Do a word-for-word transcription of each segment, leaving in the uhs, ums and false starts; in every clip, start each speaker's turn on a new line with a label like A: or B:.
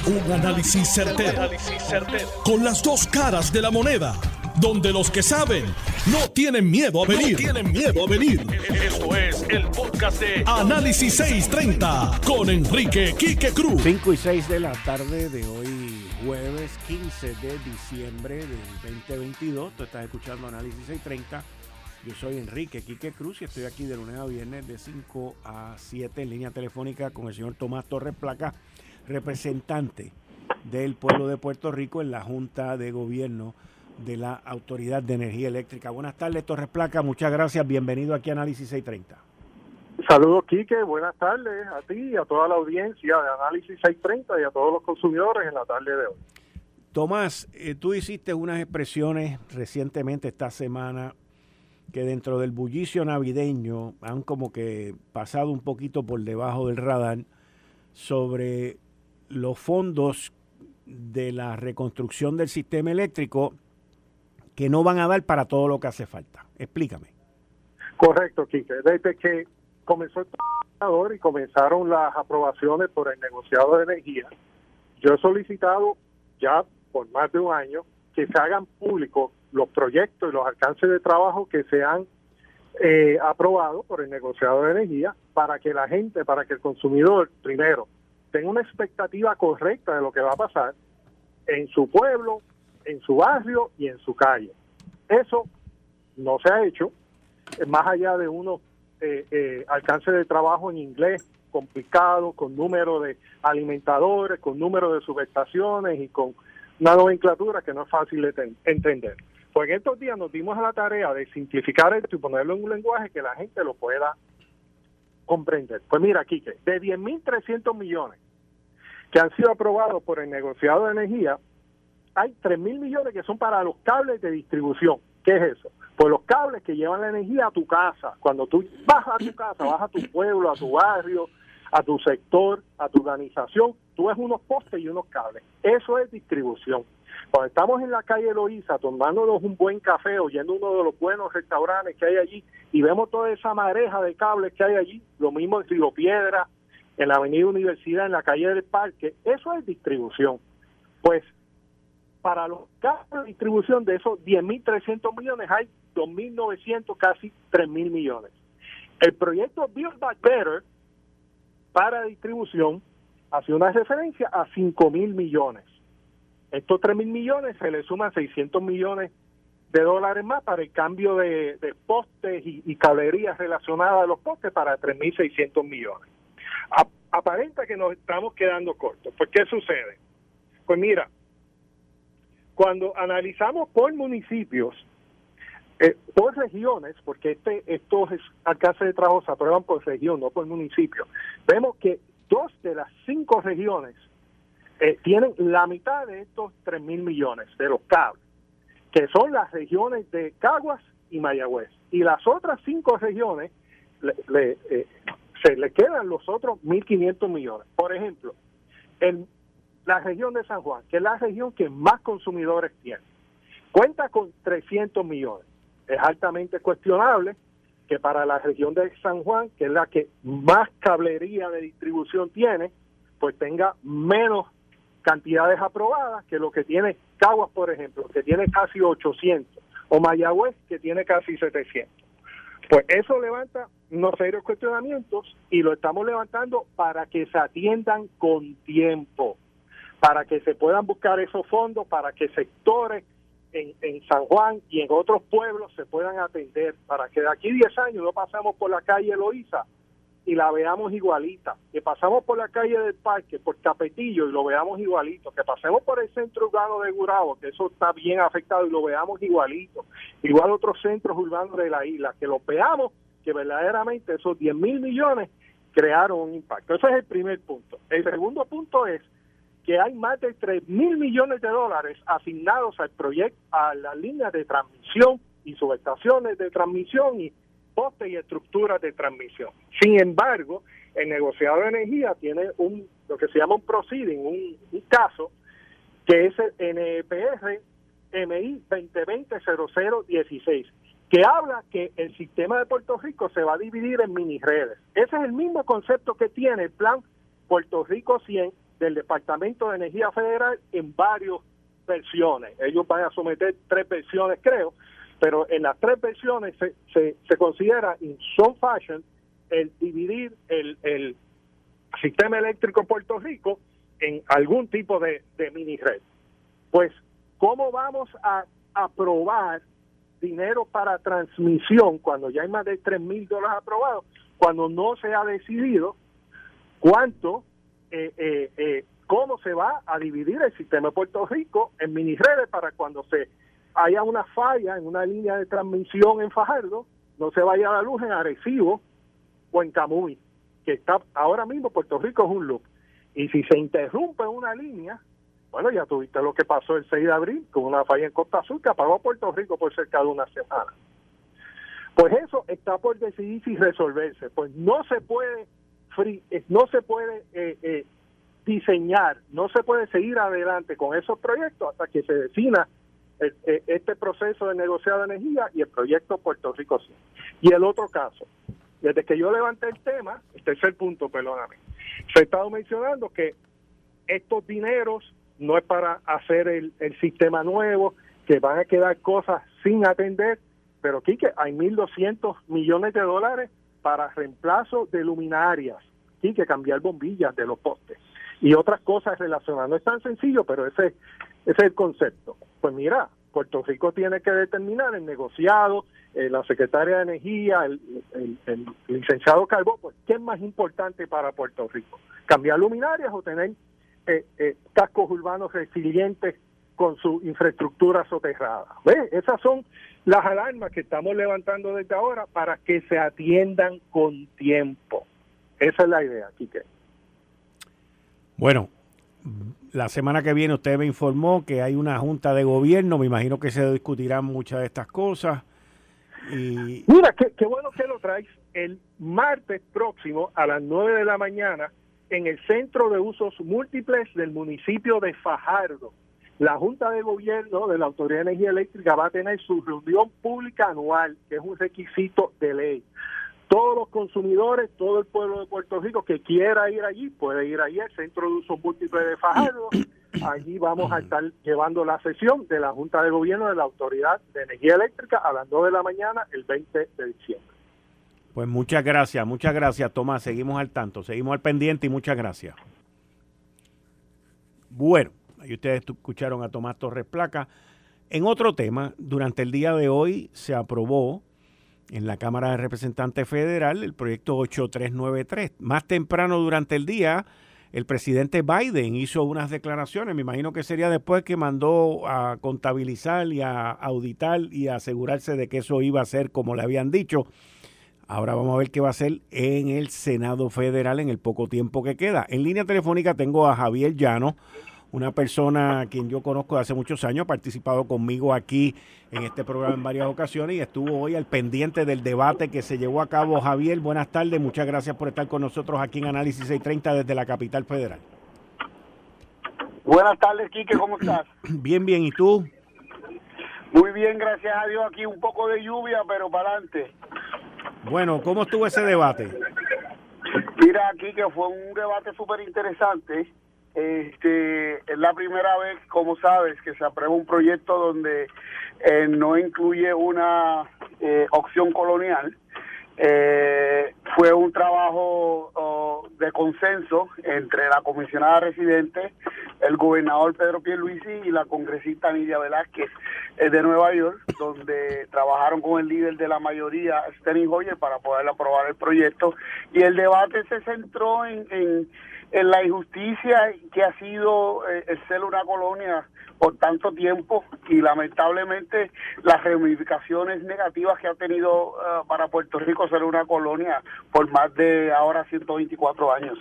A: Un análisis certero, con las dos caras de la moneda, donde los que saben no tienen miedo a venir. No tienen miedo a venir. Esto es el podcast de Análisis seiscientos treinta con Enrique Quique Cruz.
B: cinco y seis de la tarde de hoy, jueves quince de diciembre del veinte veintidós. Tú estás escuchando Análisis seiscientos treinta. Yo soy Enrique Quique Cruz y estoy aquí de lunes a viernes de cinco a siete en línea telefónica con el señor Tomás Torres Placa, representante del pueblo de Puerto Rico en la Junta de Gobierno de la Autoridad de Energía Eléctrica. Buenas tardes, Torres Placa, muchas gracias, bienvenido aquí a Análisis seiscientos treinta.
C: Saludos, Quique, buenas tardes a ti y a toda la audiencia de Análisis seiscientos treinta y a todos los consumidores en la tarde de hoy.
B: Tomás, eh, tú hiciste unas expresiones recientemente esta semana que dentro del bullicio navideño han como que pasado un poquito por debajo del radar sobre los fondos de la reconstrucción del sistema eléctrico que no van a dar para todo lo que hace falta. Explícame.
C: Correcto, Quique. Desde que comenzó el trabajador y comenzaron las aprobaciones por el negociado de energía, yo he solicitado ya por más de un año que se hagan públicos los proyectos y los alcances de trabajo que se han eh, aprobado por el negociado de energía para que la gente, para que el consumidor, primero, tenga una expectativa correcta de lo que va a pasar en su pueblo, en su barrio y en su calle. Eso no se ha hecho, más allá de unos eh, eh, alcances de trabajo en inglés complicados, con número de alimentadores, con número de subestaciones y con una nomenclatura que no es fácil de ten- entender. Pues en estos días nos dimos a la tarea de simplificar esto y ponerlo en un lenguaje que la gente lo pueda comprender. Pues mira, Quique, de diez mil trescientos millones que han sido aprobados por el negociado de energía, hay tres mil millones que son para los cables de distribución. ¿Qué es eso? Pues los cables que llevan la energía a tu casa. Cuando tú vas a tu casa, vas a tu pueblo, a tu barrio, a tu sector, a tu organización, tú ves unos postes y unos cables. Eso es distribución. Cuando estamos en la calle Loíza tomándonos un buen café, oyendo uno de los buenos restaurantes que hay allí y vemos toda esa mareja de cables que hay allí, lo mismo en Río Piedra, en la Avenida Universidad, en la calle del Parque, eso es distribución. Pues para los cables de distribución de esos diez mil trescientos millones hay dos mil novecientos, casi tres mil millones. El proyecto Build Back Better para distribución hace una referencia a cinco mil millones. Estos tres mil millones se le suman seiscientos millones de dólares más para el cambio de, de postes y, y cablerías relacionadas a los postes para tres mil seiscientos millones. A, aparenta que nos estamos quedando cortos. ¿Pues qué sucede? Pues mira, cuando analizamos por municipios, eh, por regiones, porque este estos alcances de trabajo se aprueban por región, no por municipio, vemos que dos de las cinco regiones Eh, tienen la mitad de estos tres mil millones de los cables, que son las regiones de Caguas y Mayagüez. Y las otras cinco regiones le, le, eh, se le quedan los otros mil quinientos millones. Por ejemplo, en la región de San Juan, que es la región que más consumidores tiene, cuenta con trescientos millones. Es altamente cuestionable que para la región de San Juan, que es la que más cablería de distribución tiene, pues tenga menos cantidades aprobadas que lo que tiene Caguas, por ejemplo, que tiene casi ochocientos, o Mayagüez, que tiene casi setecientos. Pues eso levanta unos serios cuestionamientos y lo estamos levantando para que se atiendan con tiempo, para que se puedan buscar esos fondos, para que sectores en, en San Juan y en otros pueblos se puedan atender, para que de aquí diez años no pasamos por la calle Loíza y la veamos igualita, que pasamos por la calle del Parque, por Capetillo y lo veamos igualito, que pasemos por el centro urbano de Gurabo, que eso está bien afectado y lo veamos igualito, igual otros centros urbanos de la isla, que los veamos, que verdaderamente esos diez mil millones crearon un impacto. Ese es el primer punto. El segundo punto es que hay más de tres mil millones de dólares asignados al proyecto, a las líneas de transmisión y subestaciones de transmisión y postes y estructuras de transmisión. Sin embargo, el negociado de energía tiene un lo que se llama un proceeding, un, un caso, que es el N P R M I veinte veinte cero cero dieciséis, que habla que el sistema de Puerto Rico se va a dividir en mini redes. Ese es el mismo concepto que tiene el plan Puerto Rico cien, del Departamento de Energía Federal en varias versiones. Ellos van a someter tres versiones, creo, pero en las tres versiones se, se, se considera in some fashion el dividir el, el sistema eléctrico en Puerto Rico en algún tipo de, de mini red. Pues, ¿cómo vamos a aprobar dinero para transmisión cuando ya hay más de tres mil dólares aprobados, cuando no se ha decidido cuánto, eh, eh, eh, cómo se va a dividir el sistema de Puerto Rico en mini redes para cuando se haya una falla en una línea de transmisión en Fajardo, no se vaya la luz en Arecibo o en Camuy, que está ahora mismo Puerto Rico es un loop. Y si se interrumpe una línea, bueno, ya tuviste lo que pasó el seis de abril con una falla en Costa Azul que apagó a Puerto Rico por cerca de una semana. Pues eso está por decidirse y resolverse. Pues no se puede free, no se puede eh, eh, diseñar, no se puede seguir adelante con esos proyectos hasta que se defina el, eh, este proceso de negociado de energía y el proyecto Puerto Rico sí. Y el otro caso, desde que yo levanté el tema, el tercer punto, perdóname, se ha estado mencionando que estos dineros no es para hacer el, el sistema nuevo, que van a quedar cosas sin atender, pero Quique, hay mil doscientos millones de dólares para reemplazo de luminarias, Quique, cambiar bombillas de los postes y otras cosas relacionadas. No es tan sencillo, pero ese, ese es el concepto. Pues mira, Puerto Rico tiene que determinar el negociado, eh, la secretaria de Energía, el, el, el licenciado Calvo, pues ¿qué es más importante para Puerto Rico? ¿Cambiar luminarias o tener eh, eh, cascos urbanos resilientes con su infraestructura soterrada? ¿Ves? Esas son las alarmas que estamos levantando desde ahora para que se atiendan con tiempo. Esa es la idea, Quique.
B: Bueno, la semana que viene usted me informó que hay una junta de gobierno, me imagino que se discutirán muchas de estas cosas. Y
C: mira, qué, qué bueno que lo traes. El martes próximo a las nueve de la mañana en el Centro de Usos Múltiples del municipio de Fajardo, la Junta de Gobierno de la Autoridad de Energía Eléctrica va a tener su reunión pública anual, que es un requisito de ley. Todos los consumidores, todo el pueblo de Puerto Rico que quiera ir allí, puede ir allí al Centro de Usos Múltiples de Fajardo. Allí vamos a estar llevando la sesión de la Junta de Gobierno de la Autoridad de Energía Eléctrica a las nueve de la mañana el veinte de diciembre.
B: Pues muchas gracias, muchas gracias, Tomás. Seguimos al tanto, seguimos al pendiente y muchas gracias. Bueno, ahí ustedes escucharon a Tomás Torres Placa. En otro tema, durante el día de hoy se aprobó en la Cámara de Representantes Federal el proyecto ocho tres nueve tres. Más temprano durante el día, el presidente Biden hizo unas declaraciones, me imagino que sería después que mandó a contabilizar y a auditar y a asegurarse de que eso iba a ser como le habían dicho. Ahora vamos a ver qué va a hacer en el Senado Federal en el poco tiempo que queda. En línea telefónica tengo a Javier Llano, una persona a quien yo conozco de hace muchos años, ha participado conmigo aquí en este programa en varias ocasiones y estuvo hoy al pendiente del debate que se llevó a cabo. Javier, buenas tardes, muchas gracias por estar con nosotros aquí en Análisis seiscientos treinta desde la capital federal.
D: Buenas tardes, Quique, ¿cómo estás?
B: Bien, bien, ¿y tú?
D: Muy bien, gracias a Dios, aquí un poco de lluvia, pero para adelante.
B: Bueno, ¿cómo estuvo ese debate?
D: Mira, Quique, fue un debate súper interesante. Este, es la primera vez, como sabes, que se aprueba un proyecto donde eh, no incluye una eh, opción colonial. Eh, fue un trabajo oh, de consenso entre la comisionada residente, el gobernador Pedro Pierluisi y la congresista Nidia Velázquez eh, de Nueva York, donde trabajaron con el líder de la mayoría, Steny Hoyer, para poder aprobar el proyecto. Y el debate se centró en, en en la injusticia que ha sido eh, el ser una colonia por tanto tiempo y lamentablemente las ramificaciones negativas que ha tenido uh, para Puerto Rico ser una colonia por más de ahora ciento veinticuatro años.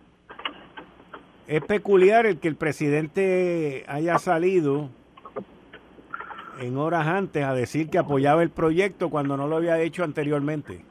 B: Es peculiar el que el presidente haya salido en horas antes a decir que apoyaba el proyecto cuando no lo había hecho anteriormente.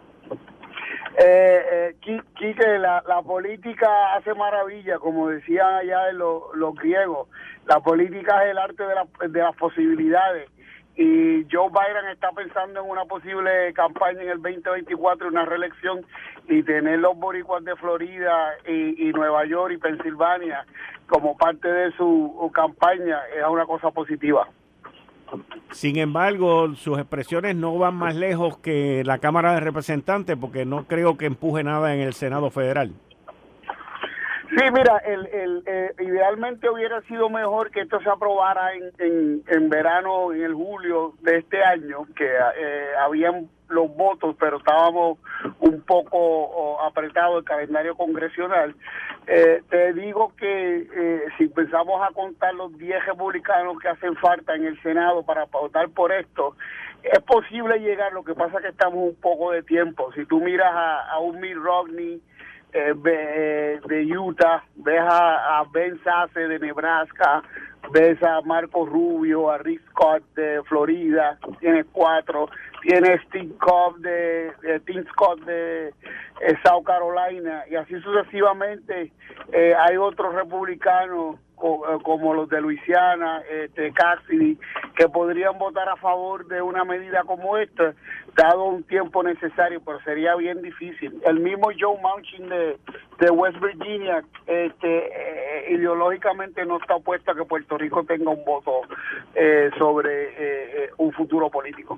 D: Eh, eh, Quique, la, la política hace maravilla, como decían allá los, los griegos. La política es el arte de, la, de las posibilidades. y Joe Biden está pensando en una posible campaña en el veinte veinticuatro, una reelección, y tener los boricuas de Florida y, y Nueva York y Pensilvania como parte de su campaña es una cosa positiva.
B: Sin embargo, sus expresiones no van más lejos que la Cámara de Representantes, porque no creo que empuje nada en el Senado Federal.
D: Sí, mira, el, el, eh, idealmente hubiera sido mejor que esto se aprobara en, en, en verano, en el julio de este año, que eh, habían los votos, pero estábamos un poco oh, apretados el calendario congresional. Eh, te digo que eh, si empezamos a contar los diez republicanos que hacen falta en el Senado para votar por esto, es posible llegar, lo que pasa es que estamos un poco de tiempo. Si tú miras a, a un Mitt Romney, Eh, de Utah, ves a, a Ben Sasse de Nebraska, ves a Marco Rubio, a Rick Scott de Florida, tienes cuatro, tienes Tim Cobb de, de Tim Scott de eh, South Carolina, y así sucesivamente. Eh, hay otros republicanos como los de Luisiana, este, Cassidy, que podrían votar a favor de una medida como esta, dado un tiempo necesario, pero sería bien difícil. El mismo Joe Manchin de, de West Virginia, este, eh, ideológicamente no está opuesto a que Puerto Rico tenga un voto eh, sobre eh, un futuro político.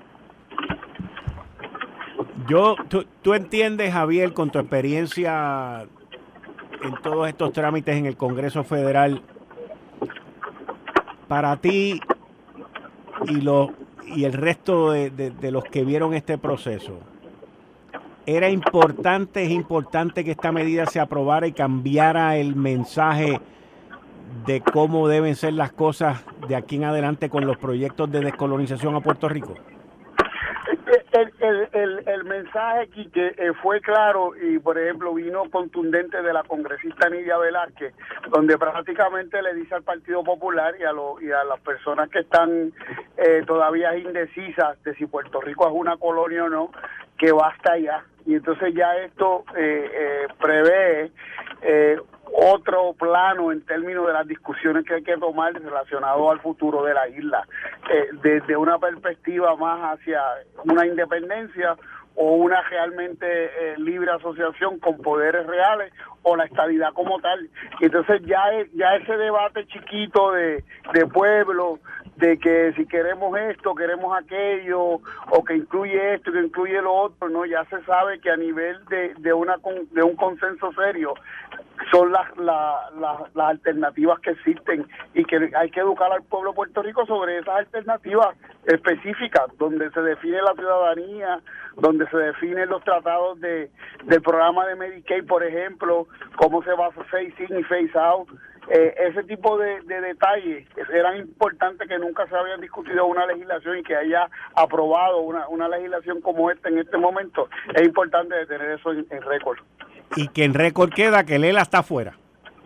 B: Yo, tú, tú entiendes, Javier, con tu experiencia en todos estos trámites en el Congreso Federal, para ti y los y el resto de, de, de los que vieron este proceso, ¿era importante, es importante que esta medida se aprobara y cambiara el mensaje de cómo deben ser las cosas de aquí en adelante con los proyectos de descolonización a Puerto Rico?
D: El, el, el, el mensaje, Quique, eh, fue claro y, por ejemplo, vino contundente de la congresista Nidia Velázquez, donde prácticamente le dice al Partido Popular y a, lo, y a las personas que están eh, todavía indecisas de si Puerto Rico es una colonia o no, que basta ya. Y entonces ya esto eh, eh, prevé eh, otro plano en términos de las discusiones que hay que tomar relacionado al futuro de la isla, eh, desde una perspectiva más hacia una independencia o una realmente eh, libre asociación con poderes reales o la estadidad como tal. Y entonces ya ya ese debate chiquito de, de pueblo, de que si queremos esto, queremos aquello, o que incluye esto, que incluye lo otro, no, ya se sabe que a nivel de, de una de un consenso serio son las, las, las, las alternativas que existen, y que hay que educar al pueblo de Puerto Rico sobre esas alternativas específicas, donde se define la ciudadanía, donde se definen los tratados de del programa de Medicaid, por ejemplo, cómo se va a phase in y phase out. Eh, ese tipo de, de detalles eran importantes, que nunca se habían discutido una legislación, y que haya aprobado una, una legislación como esta en este momento. Es importante tener eso en, en récord.
B: Y que en récord queda que Lela está afuera.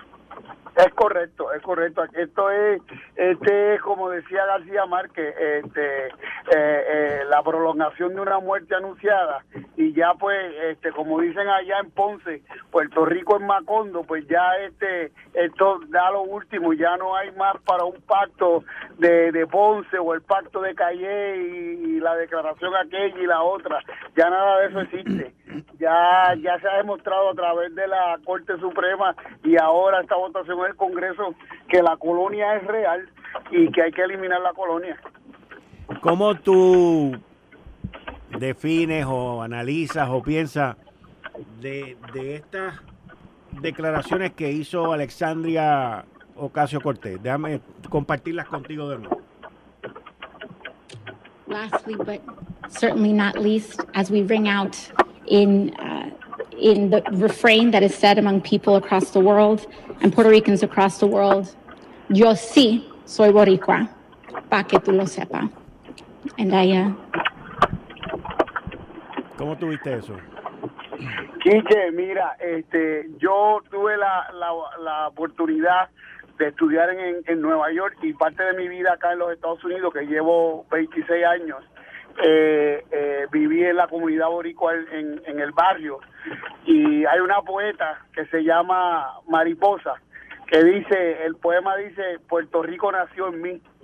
D: Es correcto, es correcto. Esto es, este es como decía García Márquez, este, eh, eh, la prolongación de una muerte anunciada, y ya pues, este, como dicen allá en Ponce, Puerto Rico en Macondo, pues ya este, esto da lo último, ya no hay más para un pacto de, de Ponce o el pacto de Calle y, y la declaración aquella y la otra, ya nada de eso existe. Ya, ya se ha demostrado a través de la Corte Suprema y ahora esta votación en el Congreso que la colonia es real y que hay que eliminar la colonia.
B: ¿Cómo tú defines o analizas o piensas de, de estas declaraciones que hizo Alexandria Ocasio-Cortez? Déjame compartirlas contigo de nuevo.
E: Lastly, but certainly not least, as we ring out in uh, in the refrain that is said among people across the world and Puerto Ricans across the world, yo sí soy boricua, pa' que tú lo sepas. And I, uh...
B: ¿Cómo tuviste eso?
D: Quique, mira, este, yo tuve la, la, la oportunidad de estudiar en, en Nueva York, y parte de mi vida acá en los Estados Unidos, que llevo veintiséis años, eh, eh, viví en la comunidad boricua en, en el barrio, y hay una poeta que se llama Mariposa, que dice, el poema dice, Puerto Rico nació en mí,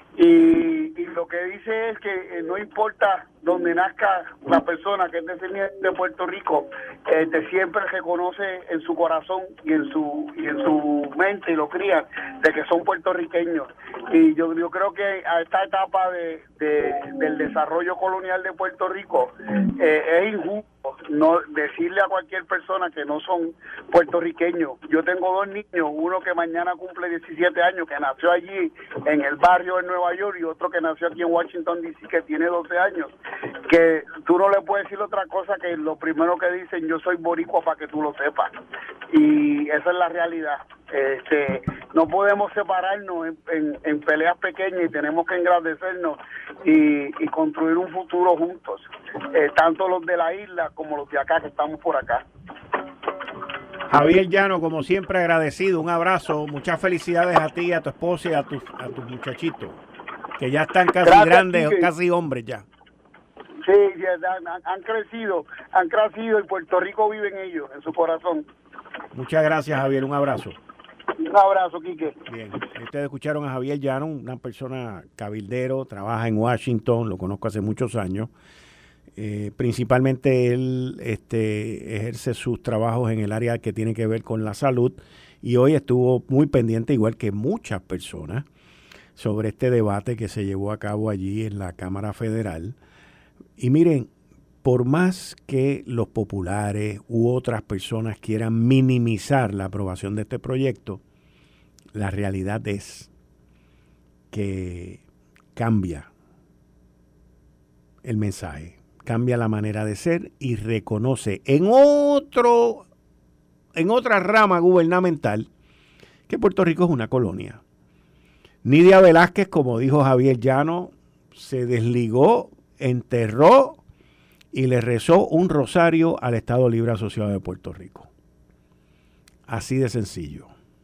D: Y, y lo que dice es que eh, no importa donde nazca la persona que es descendiente de Puerto Rico, este, siempre reconoce en su corazón y en su y en su mente y lo crían de que son puertorriqueños. Y yo, yo creo que a esta etapa de, de del desarrollo colonial de Puerto Rico eh, es injusto no decirle a cualquier persona que no son puertorriqueños. Yo tengo dos niños, uno que mañana cumple diecisiete años, que nació allí en el barrio de Nueva York, y otro que nació aquí en Washington D C, que tiene doce años, que tú no le puedes decir otra cosa que lo primero que dicen: yo soy boricua, para que tú lo sepas. Y esa es la realidad. Este, no podemos separarnos en, en, en peleas pequeñas, y tenemos que engrandecernos y, y construir un futuro juntos, eh, tanto los de la isla como los de acá que estamos por acá.
B: Javier Llano, como siempre, agradecido, un abrazo, muchas felicidades a ti, a tu esposa y a tus a tus muchachitos, que ya están casi Gracias, grandes, Quique. Casi hombres ya.
D: Sí, han, han crecido, han crecido y Puerto Rico vive en ellos, en su corazón.
B: Muchas gracias, Javier, un abrazo.
D: Un abrazo, Quique.
B: Bien, ustedes escucharon a Javier Llano, una persona cabildero, trabaja en Washington, lo conozco hace muchos años. Eh, principalmente él este, ejerce sus trabajos en el área que tiene que ver con la salud, y hoy estuvo muy pendiente, igual que muchas personas, sobre este debate que se llevó a cabo allí en la Cámara Federal. Y miren, por más que los populares u otras personas quieran minimizar la aprobación de este proyecto, la realidad es que cambia el mensaje, cambia la manera de ser y reconoce en otro, en otra rama gubernamental que Puerto Rico es una colonia. Nidia Velázquez, como dijo Javier Llano, se desligó, enterró y le rezó un rosario al Estado Libre Asociado de Puerto Rico. Así de sencillo.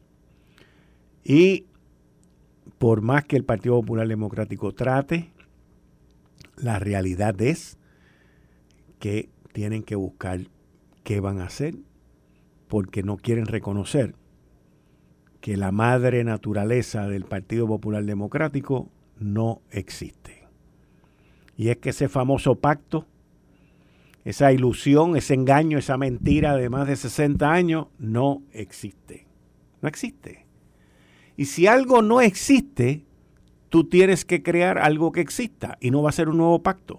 B: Y por más que el Partido Popular Democrático trate, la realidad es que tienen que buscar qué van a hacer, porque no quieren reconocer que la madre naturaleza del Partido Popular Democrático no existe. Y es que ese famoso pacto, esa ilusión, ese engaño, esa mentira de más de sesenta años, no existe. No existe. Y si algo no existe, tú tienes que crear algo que exista, y no va a ser un nuevo pacto.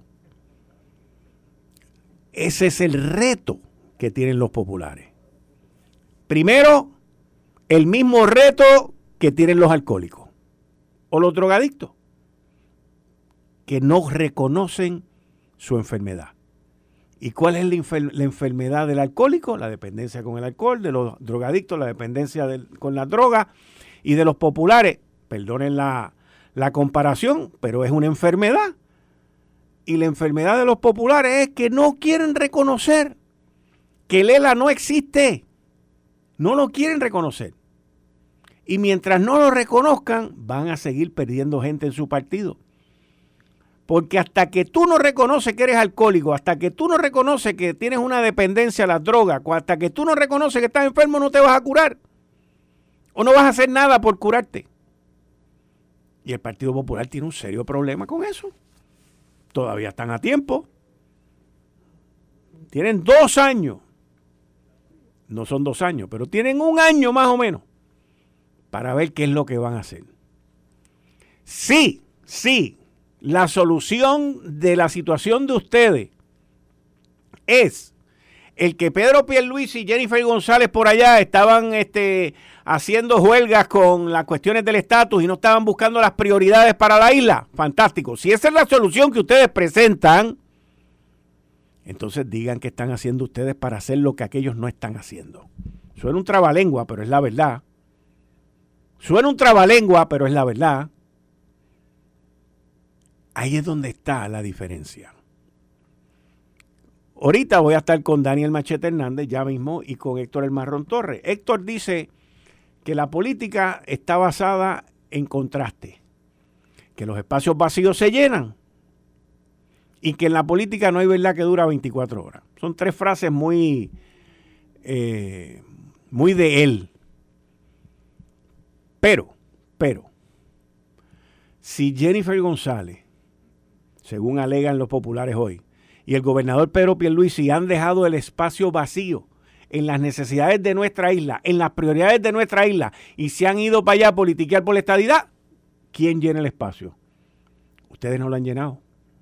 B: Ese es el reto que tienen los populares. Primero, el mismo reto que tienen los alcohólicos o los drogadictos, que no reconocen su enfermedad. ¿Y cuál es la, enfer- la enfermedad del alcohólico? La dependencia con el alcohol, de los drogadictos, la dependencia del, con la droga, y de los populares, perdonen la, la comparación, pero es una enfermedad. Y la enfermedad de los populares es que no quieren reconocer que el E L A no existe. No lo quieren reconocer. Y mientras no lo reconozcan, van a seguir perdiendo gente en su partido. Porque hasta que tú no reconoces que eres alcohólico, hasta que tú no reconoces que tienes una dependencia a las drogas, hasta que tú no reconoces que estás enfermo, no te vas a curar. O no vas a hacer nada por curarte. Y el Partido Popular tiene un serio problema con eso. Todavía están a tiempo. Tienen dos años. No son dos años, pero tienen un año más o menos para ver qué es lo que van a hacer. Sí, sí, la solución de la situación de ustedes es el que Pedro Pierluisi y Jennifer González por allá estaban este, haciendo huelgas con las cuestiones del estatus y no estaban buscando las prioridades para la isla. Fantástico. Si esa es la solución que ustedes presentan, entonces digan qué están haciendo ustedes para hacer lo que aquellos no están haciendo. Suena un trabalengua, pero es la verdad. Suena un trabalengua, pero es la verdad. Ahí es donde está la diferencia. Ahorita voy a estar con Daniel Machete Hernández, ya mismo, y con Héctor El Marrón Torres. Héctor dice que la política está basada en contraste, que los espacios vacíos se llenan y que en la política no hay verdad que dura veinticuatro horas. Son tres frases muy, eh, muy de él. Pero, pero, si Jennifer González, según alegan los populares hoy, y el gobernador Pedro Pierluisi han dejado el espacio vacío en las necesidades de nuestra isla, en las prioridades de nuestra isla, y se han ido para allá a politiquear por la estadidad, ¿quién llena el espacio? Ustedes no lo han llenado.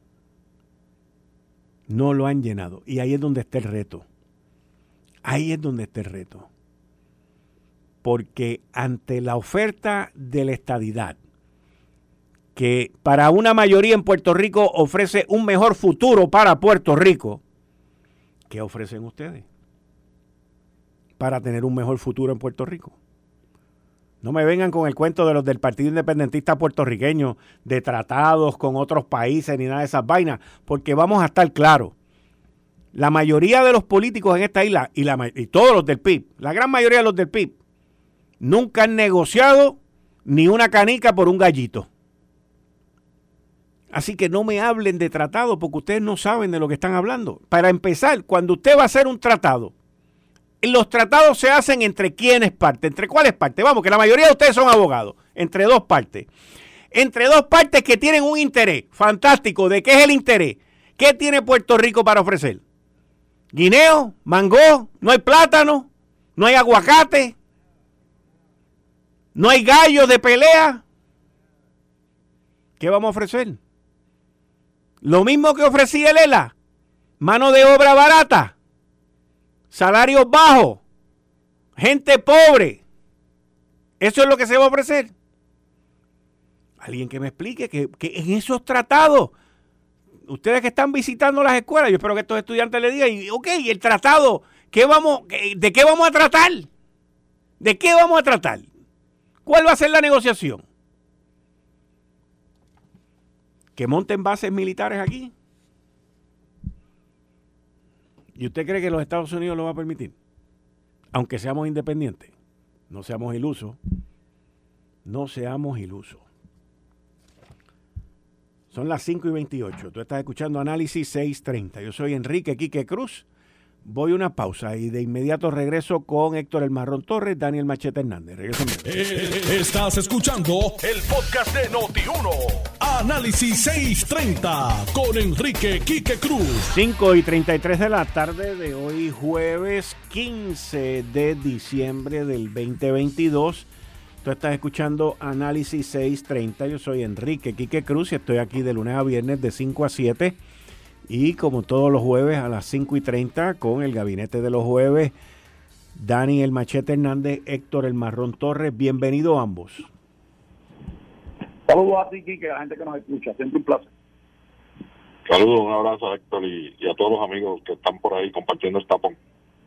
B: No lo han llenado. Y ahí es donde está el reto. Ahí es donde está el reto. Porque ante la oferta de la estadidad, que para una mayoría en Puerto Rico ofrece un mejor futuro para Puerto Rico, ¿qué ofrecen ustedes para tener un mejor futuro en Puerto Rico? No me vengan con el cuento de los del Partido Independentista Puertorriqueño, de tratados con otros países ni nada de esas vainas, porque vamos a estar claros. La mayoría de los políticos en esta isla, y, la, y todos los del P I B, la gran mayoría de los del P I B, nunca han negociado ni una canica por un gallito. Así que no me hablen de tratado porque ustedes no saben de lo que están hablando. Para empezar, cuando usted va a hacer un tratado, los tratados se hacen entre quiénes partes, entre cuáles partes. Vamos, que la mayoría de ustedes son abogados, entre dos partes. Entre dos partes que tienen un interés fantástico. ¿De qué es el interés? ¿Qué tiene Puerto Rico para ofrecer? Guineo, mango, no hay plátano, no hay aguacate, no hay gallos de pelea. ¿Qué vamos a ofrecer? Lo mismo que ofrecía el E L A, mano de obra barata, salarios bajos, gente pobre. Eso es lo que se va a ofrecer. Alguien que me explique que, que en esos tratados, ustedes que están visitando las escuelas, yo espero que estos estudiantes le digan, y, ok, el tratado, ¿qué vamos, ¿de qué vamos a tratar? ¿De qué vamos a tratar? ¿Cuál va a ser la negociación? ¿Que monten bases militares aquí? ¿Y usted cree que los Estados Unidos lo va a permitir? Aunque seamos independientes. No seamos ilusos. No seamos ilusos. Son las cinco y veintiocho. Tú estás escuchando Análisis seiscientos treinta. Yo soy Enrique Quique Cruz. Voy a una pausa y de inmediato regreso con Héctor El Marrón Torres, Daniel Machete Hernández.
A: Eh, estás escuchando el podcast de Noti uno. Análisis seiscientos treinta con Enrique Quique Cruz.
B: cinco y treinta y tres de la tarde de hoy, jueves quince de diciembre del veinte veintidós. Tú estás escuchando Análisis seiscientos treinta. Yo soy Enrique Quique Cruz y estoy aquí de lunes a viernes de cinco a siete. Y como todos los jueves a las cinco y treinta con el gabinete de los jueves, Dani El Machete Hernández, Héctor El Marrón Torres. Bienvenidos ambos.
F: Saludos a ti, Quique, a la gente que nos escucha. Siempre un placer.
G: Saludos, un abrazo a Héctor y, y a todos los amigos que están por ahí compartiendo el tapón.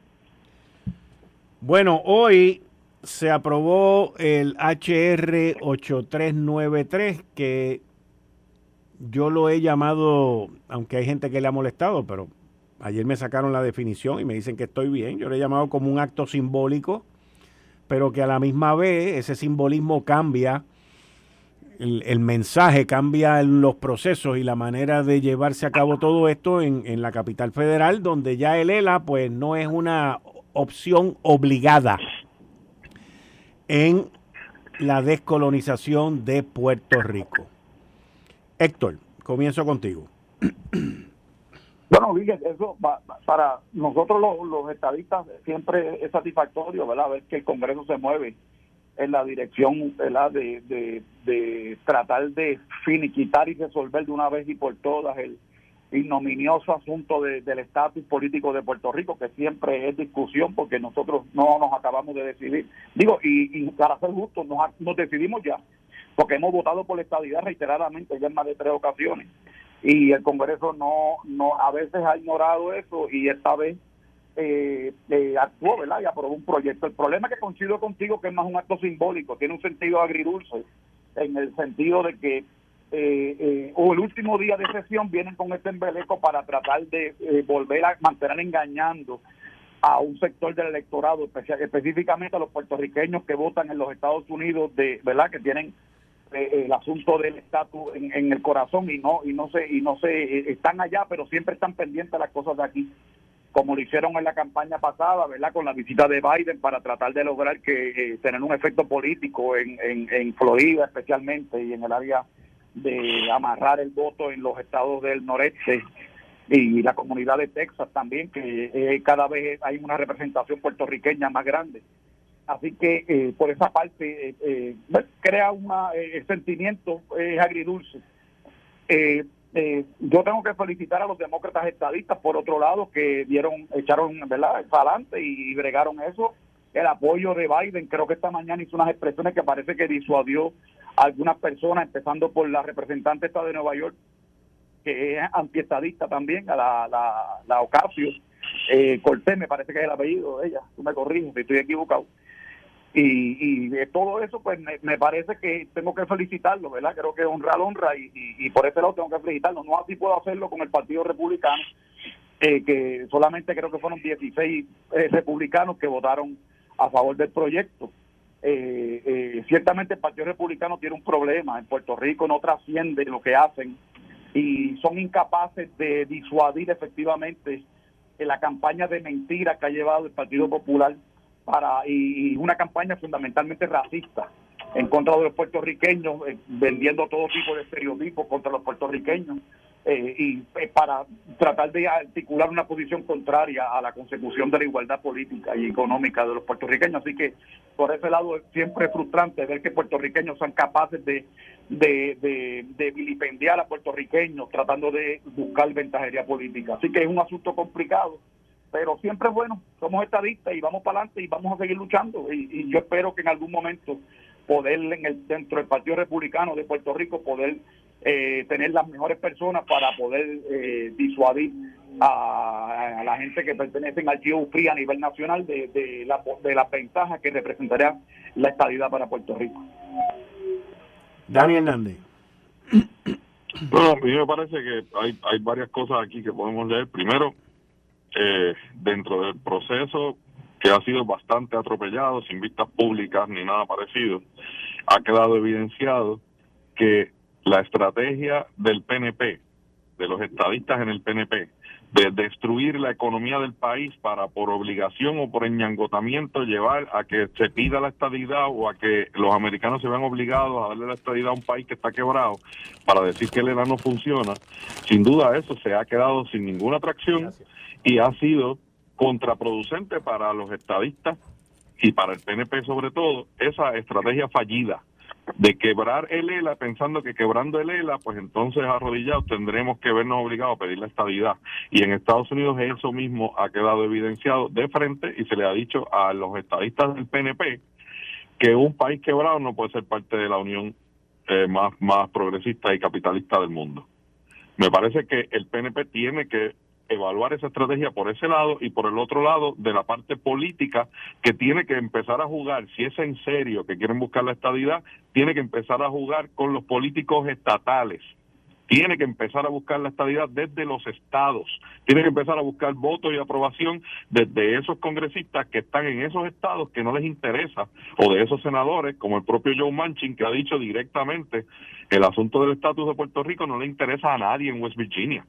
B: Bueno, hoy se aprobó el H R ocho tres nueve tres, que yo lo he llamado, aunque hay gente que le ha molestado, pero ayer me sacaron la definición y me dicen que estoy bien. Yo lo he llamado como un acto simbólico, pero que a la misma vez ese simbolismo cambia, el, el mensaje cambia en los procesos y la manera de llevarse a cabo todo esto en, en la capital federal, donde ya el E L A pues no es una opción obligada en la descolonización de Puerto Rico. Héctor, comienzo contigo.
F: Bueno, Miguel, eso va, para nosotros los, los estadistas siempre es satisfactorio, ¿verdad? Ver que el Congreso se mueve en la dirección, ¿verdad? De, de, de tratar de finiquitar y resolver de una vez y por todas el ignominioso asunto de, del estatus político de Puerto Rico, que siempre es discusión porque nosotros no nos acabamos de decidir. Digo, y, y para ser justos, nos, nos decidimos ya, porque hemos votado por la estadidad reiteradamente ya en más de tres ocasiones y el Congreso no no a veces ha ignorado eso y esta vez eh, eh, actuó, ¿verdad? Y aprobó un proyecto. El problema es que coincido contigo que es más un acto simbólico, tiene un sentido agridulce en el sentido de que eh, eh, o el último día de sesión vienen con este embeleco para tratar de eh, volver a mantener engañando a un sector del electorado, especial, específicamente a los puertorriqueños que votan en los Estados Unidos, de verdad que tienen Eh, el asunto del estatus en, en el corazón y no y no se y no se eh, están allá, pero siempre están pendientes de las cosas de aquí, como lo hicieron en la campaña pasada, ¿verdad? Con la visita de Biden para tratar de lograr que eh, tener un efecto político en, en, en Florida especialmente y en el área de amarrar el voto en los estados del noreste y la comunidad de Texas también, que eh, cada vez hay una representación puertorriqueña más grande. Así que eh, por esa parte eh, eh, crea un eh, sentimiento eh, agridulce. Eh, eh, yo tengo que felicitar a los demócratas estadistas, por otro lado, que dieron, echaron, ¿verdad?, para adelante y, y bregaron eso. El apoyo de Biden, creo que esta mañana hizo unas expresiones que parece que disuadió a algunas personas, empezando por la representante esta de Nueva York, que es antiestadista también, a la, la, la Ocasio eh, Cortés, me parece que es el apellido de ella, tú me corriges si estoy equivocado. Y, y de todo eso, pues me, me parece que tengo que felicitarlo, ¿verdad? Creo que honrar honra y, y, y por ese lado tengo que felicitarlo. No así puedo hacerlo con el Partido Republicano, eh, que solamente creo que fueron dieciséis eh, republicanos que votaron a favor del proyecto. Eh, eh, ciertamente el Partido Republicano tiene un problema. En Puerto Rico no trasciende lo que hacen y son incapaces de disuadir efectivamente en la campaña de mentiras que ha llevado el Partido Popular para y, y una campaña fundamentalmente racista en contra de los puertorriqueños, eh, vendiendo todo tipo de estereotipos contra los puertorriqueños eh, y eh, para tratar de articular una posición contraria a la consecución de la igualdad política y económica de los puertorriqueños. Así que por ese lado siempre es frustrante ver que puertorriqueños son capaces de, de, de, de vilipendiar a puertorriqueños tratando de buscar ventajería política. Así que es un asunto complicado, pero siempre es bueno, somos estadistas y vamos para adelante y vamos a seguir luchando y, y yo espero que en algún momento poder en el dentro del Partido Republicano de Puerto Rico poder eh, tener las mejores personas para poder eh, disuadir a, a la gente que pertenecen al G O P a nivel nacional de, de la de las ventajas que representaría la estadidad para Puerto Rico.
B: Dani Hernández.
G: Bueno, a mí me parece que hay, hay varias cosas aquí que podemos leer. Primero, Eh, dentro del proceso que ha sido bastante atropellado, sin vistas públicas ni nada parecido, ha quedado evidenciado que la estrategia del P N P, de los estadistas en el P N P, de destruir la economía del país para por obligación o por enñangotamiento llevar a que se pida la estadidad o a que los americanos se vean obligados a darle la estadidad a un país que está quebrado para decir que el E L A no funciona, sin duda eso se ha quedado sin ninguna atracción. Gracias. Y ha sido contraproducente para los estadistas y para el P N P sobre todo, esa estrategia fallida de quebrar el E L A pensando que quebrando el E L A, pues entonces arrodillados tendremos que vernos obligados a pedir la estadidad. Y en Estados Unidos eso mismo ha quedado evidenciado de frente y se le ha dicho a los estadistas del P N P que un país quebrado no puede ser parte de la unión eh, más, más progresista y capitalista del mundo. Me parece que el P N P tiene que evaluar esa estrategia por ese lado y por el otro lado de la parte política que tiene que empezar a jugar, si es en serio que quieren buscar la estadidad, tiene que empezar a jugar con los políticos estatales, tiene que empezar a buscar la estadidad desde los estados, tiene que empezar a buscar votos y aprobación desde esos congresistas que están en esos estados que no les interesa, o de esos senadores como el propio Joe Manchin, que ha dicho directamente el asunto del estatus de Puerto Rico no le interesa a nadie en West Virginia,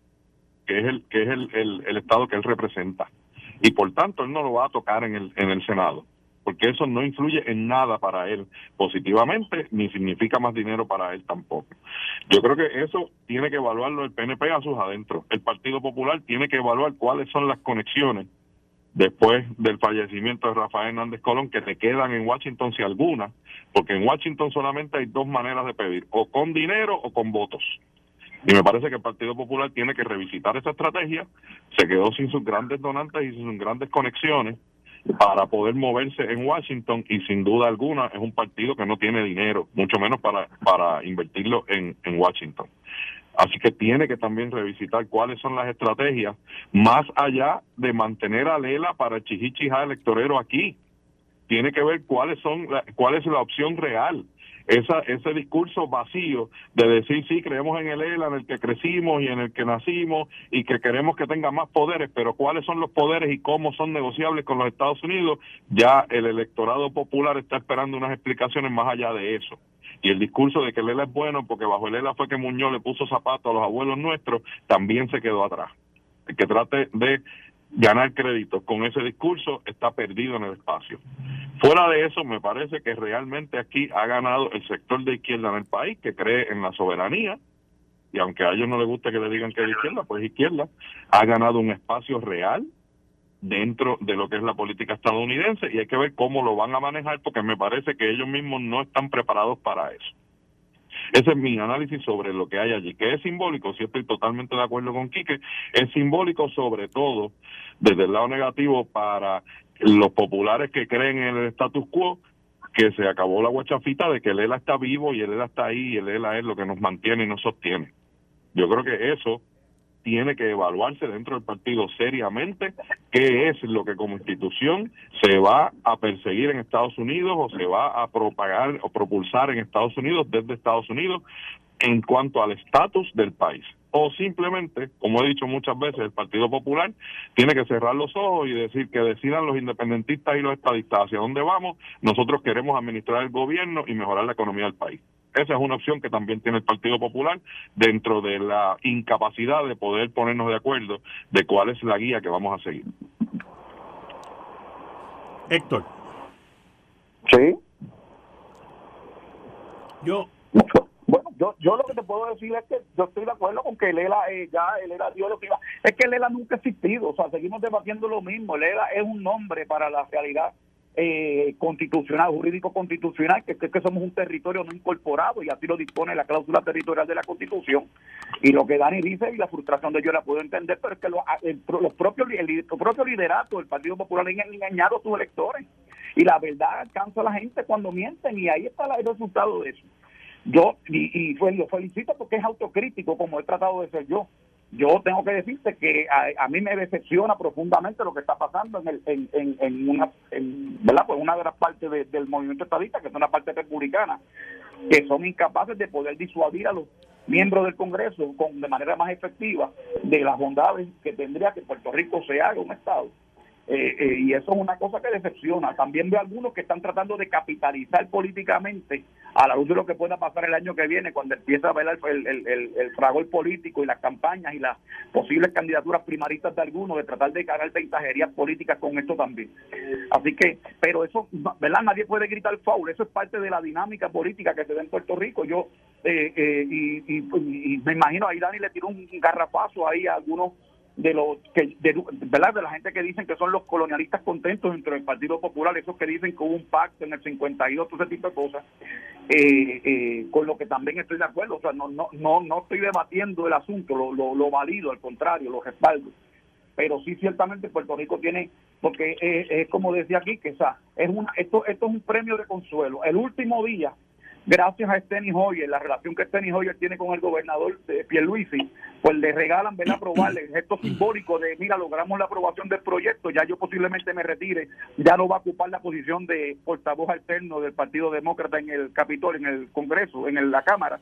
G: que es el que es el, el, el estado que él representa, y por tanto él no lo va a tocar en el en el Senado, porque eso no influye en nada para él positivamente, ni significa más dinero para él tampoco. Yo creo que eso tiene que evaluarlo el P N P a sus adentros. El Partido Popular tiene que evaluar cuáles son las conexiones después del fallecimiento de Rafael Hernández Colón que le quedan en Washington, si alguna, porque en Washington solamente hay dos maneras de pedir, o con dinero o con votos. Y me parece que el Partido Popular tiene que revisitar esa estrategia. Se quedó sin sus grandes donantes y sin sus grandes conexiones para poder moverse en Washington y sin duda alguna es un partido que no tiene dinero, mucho menos para, para invertirlo en, en Washington. Así que tiene que también revisitar cuáles son las estrategias más allá de mantener a Lela para el chichichijá electorero aquí. Tiene que ver cuáles son la, cuál es la opción real. Esa, ese discurso vacío de decir sí, creemos en el E L A, en el que crecimos y en el que nacimos y que queremos que tenga más poderes, pero cuáles son los poderes y cómo son negociables con los Estados Unidos, ya el electorado popular está esperando unas explicaciones más allá de eso. Y el discurso de que el E L A es bueno porque bajo el E L A fue que Muñoz le puso zapatos a los abuelos nuestros, también se quedó atrás. El que trate de ganar crédito con ese discurso está perdido en el espacio. Fuera de eso, me parece que realmente aquí ha ganado el sector de izquierda en el país, que cree en la soberanía, y aunque a ellos no les guste que le digan que es de izquierda, pues izquierda, ha ganado un espacio real dentro de lo que es la política estadounidense, y hay que ver cómo lo van a manejar, porque me parece que ellos mismos no están preparados para eso. Ese es mi análisis sobre lo que hay allí, que es simbólico, sí estoy totalmente de acuerdo con Quique, es simbólico sobre todo desde el lado negativo para los populares que creen en el status quo, que se acabó la guachafita de que el E L A está vivo y el E L A está ahí y el E L A es lo que nos mantiene y nos sostiene. Yo creo que eso tiene que evaluarse dentro del partido seriamente, qué es lo que como institución se va a perseguir en Estados Unidos o se va a propagar o propulsar en Estados Unidos, desde Estados Unidos, en cuanto al estatus del país. O simplemente, como he dicho muchas veces, el Partido Popular tiene que cerrar los ojos y decir que decidan los independentistas y los estadistas hacia dónde vamos, nosotros queremos administrar el gobierno y mejorar la economía del país. Esa es una opción que también tiene el Partido Popular dentro de la incapacidad de poder ponernos de acuerdo de cuál es la guía que vamos a seguir.
B: Héctor.
F: Sí.
B: Yo...
F: Bueno, yo yo lo que te puedo decir es que yo estoy de acuerdo con que el E L A eh, ya el E L A dio lo que iba. Es que el E L A nunca ha existido, o sea, seguimos debatiendo lo mismo. El E L A es un nombre para la realidad eh, constitucional, jurídico constitucional, que es que, que somos un territorio no incorporado y así lo dispone la cláusula territorial de la Constitución. Y lo que Dani dice y la frustración de yo la puedo entender, pero es que lo, el, los propios el, el propio liderato del Partido Popular han engañado a sus electores y la verdad alcanza a la gente cuando mienten y ahí está el resultado de eso. Yo, y, y pues, lo felicito porque es autocrítico como he tratado de ser yo. Yo tengo que decirte que a, a mí me decepciona profundamente lo que está pasando en el, en, en, en una, en, ¿verdad? Pues una de las partes de, del movimiento estadista, que es una parte republicana, que son incapaces de poder disuadir a los miembros del Congreso con de manera más efectiva de las bondades que tendría que Puerto Rico se haga un Estado. Eh, eh, y eso es una cosa que decepciona. También veo algunos que están tratando de capitalizar políticamente a la luz de lo que pueda pasar el año que viene, cuando empieza a ver el, el, el, el fragor político y las campañas y las posibles candidaturas primaristas de algunos, de tratar de ganar ventajerías políticas con esto también. Así que, pero eso, ¿verdad? Nadie puede gritar foul, eso es parte de la dinámica política que se da en Puerto Rico. Yo, eh, eh, y, y, y me imagino ahí Dani le tiró un garrapazo ahí a algunos de los que de, ¿verdad? de la gente que dicen que son los colonialistas contentos dentro del Partido Popular, esos que dicen que hubo un pacto en el cincuenta y dos, todo ese tipo de cosas, eh, eh, con lo que también estoy de acuerdo. O sea, no no no no estoy debatiendo el asunto, lo, lo, lo valido, al contrario, lo respaldo, pero sí ciertamente Puerto Rico tiene, porque es, es como decía aquí, que o sea, es una, esto esto es un premio de consuelo. El último día, gracias a Steny Hoyer, la relación que Steny Hoyer tiene con el gobernador de Pierluisi, pues le regalan, ven a aprobarle el gesto simbólico de, mira, logramos la aprobación del proyecto, ya yo posiblemente me retire, ya no va a ocupar la posición de portavoz alterno del Partido Demócrata en el Capitolio, en el Congreso, en el, la Cámara,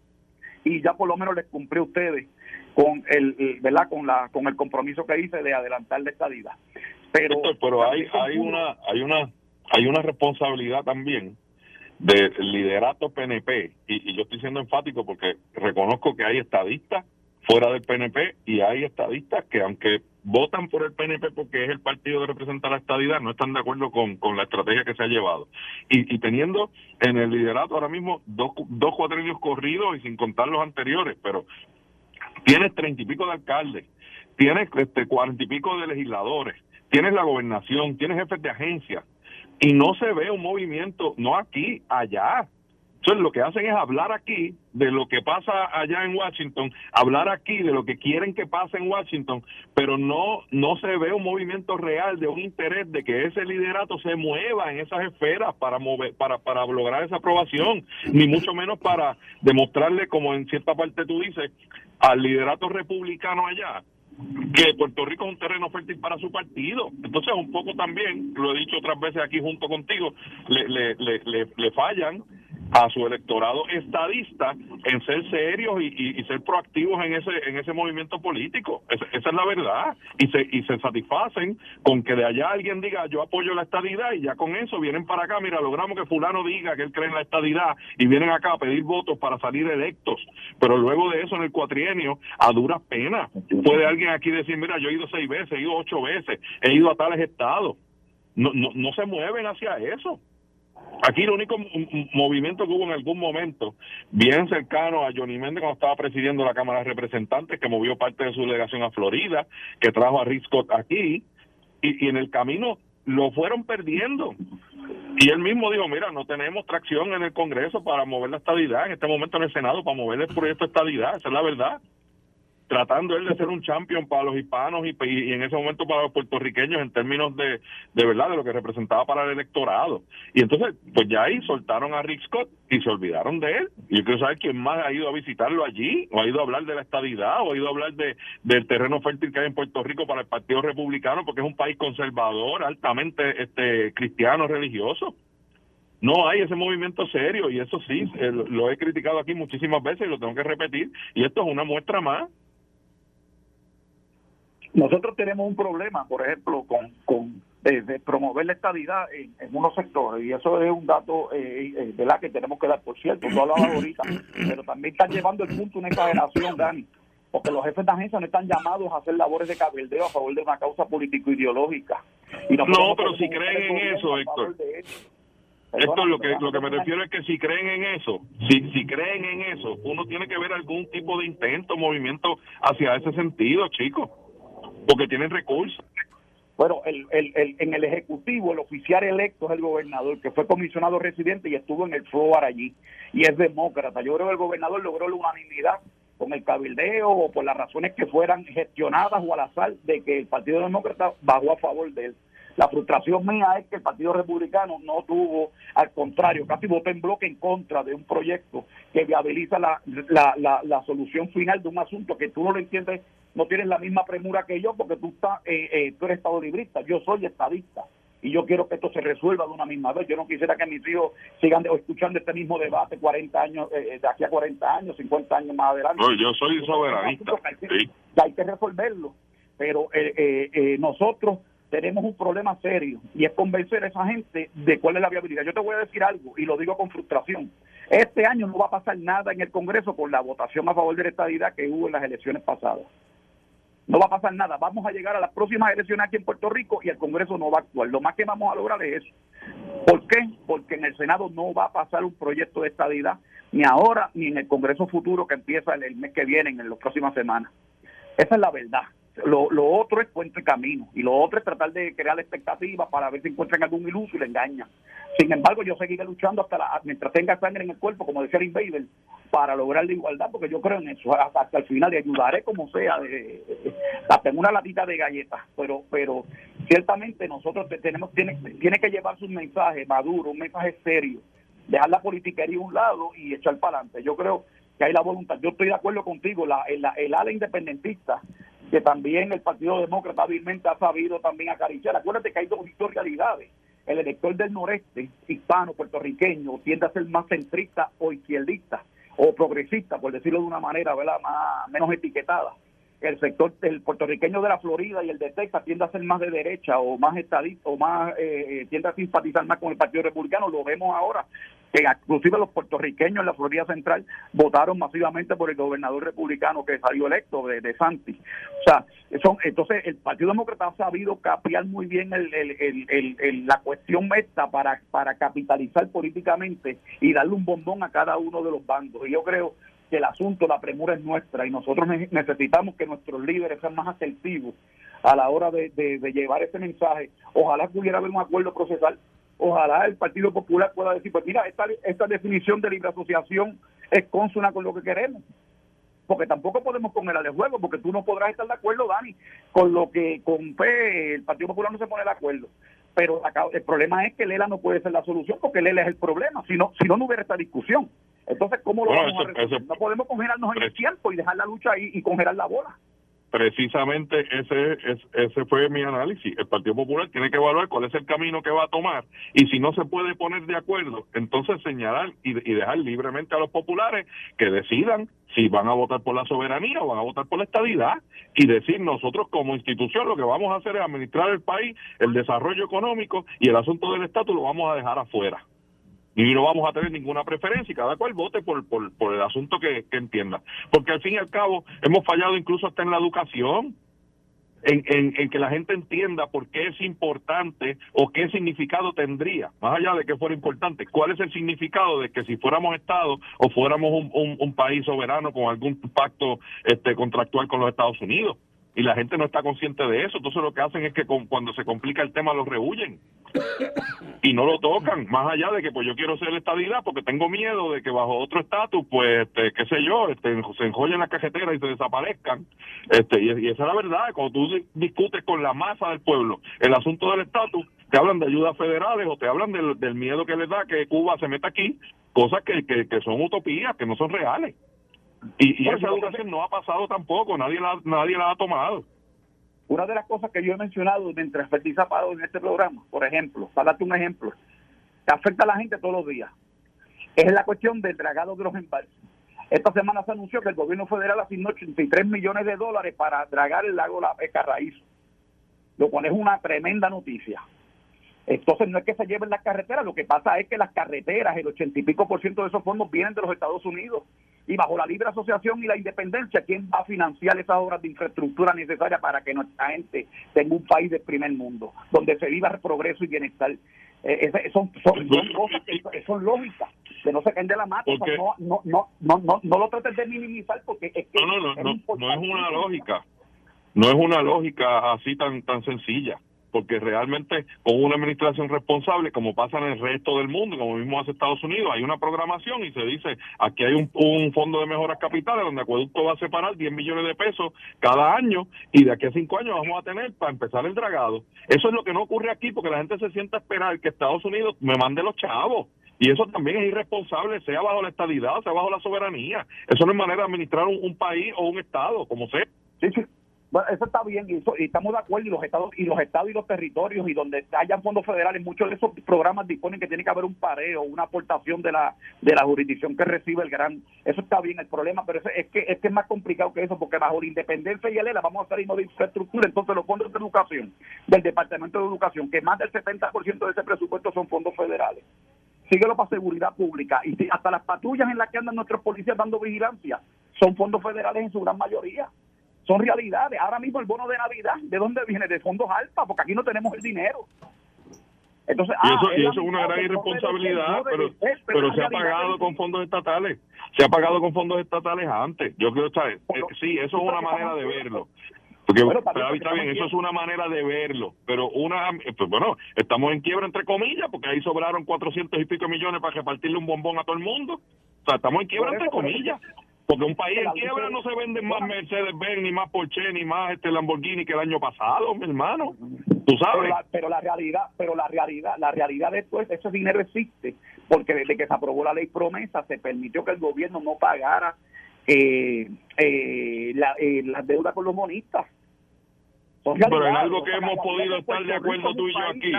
F: y ya por lo menos les cumplí a ustedes con el, el ¿verdad? con la con el compromiso que hice de adelantar la estadía. Pero,
G: Héctor, pero hay hay una hay una hay una responsabilidad también del liderato P N P, y, y yo estoy siendo enfático porque reconozco que hay estadistas fuera del P N P y hay estadistas que, aunque votan por el P N P porque es el partido que representa la estadidad, no están de acuerdo con, con la estrategia que se ha llevado. Y, y teniendo en el liderato ahora mismo dos, dos cuatrienios corridos y sin contar los anteriores, pero tienes treinta y pico de alcaldes, tienes este cuarenta y pico de legisladores, tienes la gobernación, tienes jefes de agencias, y no se ve un movimiento, no aquí, allá. Entonces lo que hacen es hablar aquí de lo que pasa allá en Washington, hablar aquí de lo que quieren que pase en Washington, pero no no se ve un movimiento real de un interés de que ese liderato se mueva en esas esferas para mover, para para lograr esa aprobación, ni mucho menos para demostrarle, como en cierta parte tú dices, al liderato republicano allá, que Puerto Rico es un terreno fértil para su partido. Entonces un poco también, lo he dicho otras veces aquí junto contigo, le le le, le, le fallan a su electorado estadista en ser serios y, y, y ser proactivos en ese en ese movimiento político. Esa, esa es la verdad. Y se y se satisfacen con que de allá alguien diga yo apoyo la estadidad y ya con eso vienen para acá, mira, logramos que fulano diga que él cree en la estadidad y vienen acá a pedir votos para salir electos. Pero luego de eso en el cuatrienio, a duras penas, puede alguien aquí decir, mira, yo he ido seis veces, he ido ocho veces, he ido a tales estados. No, no, no se mueven hacia eso. Aquí el único movimiento que hubo en algún momento, bien cercano a Johnny Méndez cuando estaba presidiendo la Cámara de Representantes, que movió parte de su delegación a Florida, que trajo a Rick Scott aquí, y, y en el camino lo fueron perdiendo. Y él mismo dijo, mira, no tenemos tracción en el Congreso para mover la estadidad, en este momento en el Senado, para mover el proyecto de estadidad, esa es la verdad. Tratando él de ser un champion para los hispanos y, y en ese momento para los puertorriqueños en términos de, de verdad, de lo que representaba para el electorado. Y entonces, pues ya ahí soltaron a Rick Scott y se olvidaron de él. Y yo quiero saber quién más ha ido a visitarlo allí, o ha ido a hablar de la estadidad, o ha ido a hablar de del terreno fértil que hay en Puerto Rico para el Partido Republicano, porque es un país conservador, altamente este cristiano, religioso. No hay ese movimiento serio, y eso sí, eh, lo he criticado aquí muchísimas veces y lo tengo que repetir, y esto es una muestra más.
F: Nosotros tenemos un problema, por ejemplo, con, con de, de promover la estadidad en, en unos sectores, y eso es un dato eh, eh, de la que tenemos que dar, por cierto, tú hablabas ahorita, pero también están llevando el punto una exageración, Dani, porque los jefes de agencia no están llamados a hacer labores de cabildeo a favor de una causa político-ideológica. Y no,
G: no pero si creen en eso, Héctor. Esto lo que lo que me refiero es que si creen en eso, si si creen en eso, uno tiene que ver algún tipo de intento, movimiento hacia ese sentido, chicos. Porque tienen recursos.
F: Bueno, el, el, el, en el Ejecutivo, el oficial electo es el gobernador, que fue comisionado residente y estuvo en el floor allí, y es demócrata. Yo creo que el gobernador logró la unanimidad con el cabildeo o por las razones que fueran gestionadas o al azar de que el Partido Demócrata bajó a favor de él. La frustración mía es que el Partido Republicano no tuvo, al contrario, casi votó en bloque en contra de un proyecto que viabiliza la, la, la, la solución final de un asunto que tú no lo entiendes, no tienes la misma premura que yo porque tú, estás, eh, eh, tú eres estadolibrista, yo soy estadista y yo quiero que esto se resuelva de una misma vez. Yo no quisiera que mis hijos sigan de, escuchando este mismo debate cuarenta años, eh, de aquí a cuarenta años, cincuenta años más adelante.
G: No, yo soy soberanista.
F: Hay que, sí. hay que resolverlo, pero eh, eh, eh, nosotros tenemos un problema serio y es convencer a esa gente de cuál es la viabilidad. Yo te voy a decir algo y lo digo con frustración. Este año no va a pasar nada en el Congreso con la votación a favor de la estadidad que hubo en las elecciones pasadas. No va a pasar nada. Vamos a llegar a las próximas elecciones aquí en Puerto Rico y el Congreso no va a actuar. Lo más que vamos a lograr es eso. ¿Por qué? Porque en el Senado no va a pasar un proyecto de estadidad ni ahora ni en el Congreso futuro que empieza el mes que viene, en las próximas semanas. Esa es la verdad. Lo, lo otro es puente camino y lo otro es tratar de crear expectativas para ver si encuentran algún iluso y le engañan. Sin embargo, yo seguiré luchando hasta la, mientras tenga sangre en el cuerpo, como decía el Invader, para lograr la igualdad, porque yo creo en eso hasta, hasta el final y ayudaré como sea, de, de, hasta en una latita de galletas, pero pero ciertamente nosotros tenemos tiene, tiene que llevar sus mensajes maduros, un mensaje serio, dejar la politiquería a un lado y echar para adelante. Yo creo que hay la voluntad. Yo estoy de acuerdo contigo, la, el, el ala independentista, que también el Partido Demócrata hábilmente ha sabido también acariciar. Acuérdate que hay dos, dos realidades. El elector del noreste, hispano, puertorriqueño, tiende a ser más centrista o izquierdista, o progresista, por decirlo de una manera, ¿verdad?, más menos etiquetada. El sector del puertorriqueño de la Florida y el de Texas tiende a ser más de derecha o más estadista, o más eh, tiende a simpatizar más con el Partido Republicano. Lo vemos ahora, que inclusive los puertorriqueños en la Florida Central votaron masivamente por el gobernador republicano que salió electo, de, de Santis. O sea, son, entonces el Partido Demócrata ha sabido capear muy bien el, el, el, el, el, la cuestión esta para, para capitalizar políticamente y darle un bombón a cada uno de los bandos. Y yo creo que el asunto, la premura es nuestra y nosotros necesitamos que nuestros líderes sean más asertivos a la hora de, de, de llevar ese mensaje. Ojalá pudiera haber un acuerdo procesal. Ojalá el Partido Popular pueda decir, pues mira, esta, esta definición de libre asociación es consona con lo que queremos. Porque tampoco podemos ponerla de juego, porque tú no podrás estar de acuerdo, Dani, con lo que con P el Partido Popular no se pone de acuerdo. Pero acá, el problema es que Lela no puede ser la solución, porque Lela es el problema, si no, si no, no hubiera esta discusión. Entonces, ¿cómo lo bueno, vamos eso, a resolver? Eso, no podemos congelarnos en el tiempo y dejar la lucha ahí y congelar la bola.
G: precisamente ese es, ese fue mi análisis. El Partido Popular tiene que evaluar cuál es el camino que va a tomar y si no se puede poner de acuerdo, entonces señalar y, y dejar libremente a los populares que decidan si van a votar por la soberanía o van a votar por la estadidad y decir nosotros como institución lo que vamos a hacer es administrar el país, el desarrollo económico y el asunto del estatus lo vamos a dejar afuera. Y no vamos a tener ninguna preferencia y cada cual vote por por, por el asunto que, que entienda. Porque al fin y al cabo hemos fallado incluso hasta en la educación, en, en, en que la gente entienda por qué es importante o qué significado tendría, más allá de que fuera importante, cuál es el significado de que si fuéramos Estado o fuéramos un, un, un país soberano con algún pacto este contractual con los Estados Unidos. Y la gente no está consciente de eso, entonces lo que hacen es que con, cuando se complica el tema lo rehuyen y no lo tocan, más allá de que pues yo quiero ser estadidad porque tengo miedo de que bajo otro estatus, pues, este, qué sé yo, este, se enjollen las cajeteras y se desaparezcan, este, y, y esa es la verdad. Cuando tú discutes con la masa del pueblo el asunto del estatus, te hablan de ayudas federales o te hablan del, del miedo que les da que Cuba se meta aquí, cosas que, que, que son utopías, que no son reales. Y, y esa educación no ha pasado tampoco, nadie la, nadie la ha tomado.
F: Una de las cosas que yo he mencionado mientras participado en este programa, por ejemplo, para darte un ejemplo, que afecta a la gente todos los días, es la cuestión del dragado de los embalses. Esta semana se anunció que el gobierno federal asignó ochenta y tres millones de dólares para dragar el lago La Carraízo, lo cual es una tremenda noticia. Entonces no es que se lleven las carreteras, lo que pasa es que las carreteras, el ochenta y pico por ciento de esos fondos vienen de los Estados Unidos y bajo la libre asociación y la independencia, ¿quién va a financiar esas obras de infraestructura necesarias para que nuestra gente tenga un país del primer mundo, donde se viva el progreso y bienestar? Eh, son, son, son cosas que son lógicas, que no se caen de la mata, o sea, no, no, no, no, no, no lo trates de minimizar porque es que
G: no, no, no, es, no, no es una lógica, no es una lógica así tan, tan sencilla. Porque realmente con una administración responsable, como pasa en el resto del mundo, como mismo hace Estados Unidos, hay una programación y se dice, aquí hay un, un fondo de mejoras capitales donde Acueducto va a separar diez millones de pesos cada año y de aquí a cinco años vamos a tener para empezar el dragado. Eso es lo que no ocurre aquí porque la gente se sienta a esperar que Estados Unidos me mande los chavos. Y eso también es irresponsable, sea bajo la estadidad, sea bajo la soberanía. Eso no es manera de administrar un, un país o un estado, como sea.
F: Sí, sí. Bueno, eso está bien y, eso, y estamos de acuerdo y los estados y los estados y los territorios y donde hayan fondos federales, muchos de esos programas disponen que tiene que haber un pareo, una aportación de la de la jurisdicción que recibe el gran. Eso está bien, el problema, pero es que es que es más complicado que eso porque bajo la independencia y el E L A vamos a salir de infraestructura, entonces los fondos de educación del Departamento de Educación, que más del setenta por ciento de ese presupuesto son fondos federales. Síguelo para seguridad pública y hasta las patrullas en las que andan nuestros policías dando vigilancia son fondos federales en su gran mayoría. Son realidades. Ahora mismo el bono de Navidad, ¿de dónde viene? De fondos ALPA, porque aquí no tenemos el dinero. Entonces,
G: y eso,
F: ah,
G: y eso es una gran irresponsabilidad, pero, pero, pero se ha pagado con fondos estatales. Se ha pagado con fondos estatales antes. Yo quiero saber, eh, sí, eso es una manera de verlo. Porque bueno, pero, está bien, eso es una manera de verlo, pero una, pues bueno, estamos en quiebra entre comillas, porque ahí sobraron cuatrocientos y pico millones para repartirle un bombón a todo el mundo. O sea, estamos en quiebra entre comillas. Porque un país en quiebra no se venden más Mercedes-Benz, ni más Porsche, ni más este Lamborghini que el año pasado, mi hermano. Tú sabes.
F: Pero la, pero la realidad, pero la realidad, la realidad de esto es, ese dinero existe, porque desde que se aprobó la ley promesa se permitió que el gobierno no pagara eh, eh, la, eh, las deudas con los bonistas.
G: Pero en algo que hemos podido estar de acuerdo tú y yo aquí,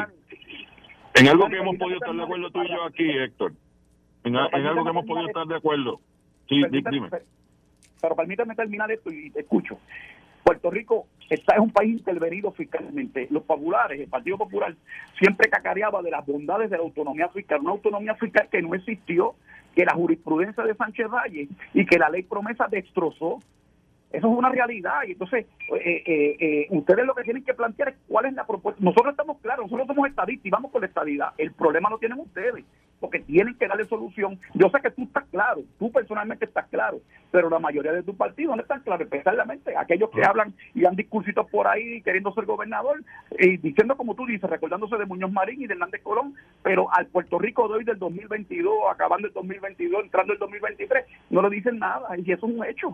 G: en algo que hemos podido estar de acuerdo tú y yo aquí, Héctor, en, en algo que hemos podido estar de acuerdo. Sí,
F: permítame,
G: dime.
F: Pero permítame terminar esto y te escucho. Puerto Rico está, es un país intervenido fiscalmente. Los populares, el Partido Popular, siempre cacareaba de las bondades de la autonomía fiscal, una autonomía fiscal que no existió, que la jurisprudencia de Sánchez Valle y que la ley promesa destrozó. Eso es una realidad. Y entonces, eh, eh, eh, ustedes lo que tienen que plantear es cuál es la propuesta. Nosotros estamos claros, nosotros somos estadistas y vamos por la estadidad. El problema lo tienen ustedes, porque tienen que darle solución. Yo sé que tú estás claro, tú personalmente estás claro, pero la mayoría de tu partido no están claros, especialmente aquellos que hablan y dan discursitos por ahí queriendo ser gobernador, y diciendo como tú dices, recordándose de Muñoz Marín y de Hernández Colón, pero al Puerto Rico de hoy del dos mil veintidós, acabando el dos mil veintidós, entrando el dos mil veintitrés, no le dicen nada, y eso es un hecho.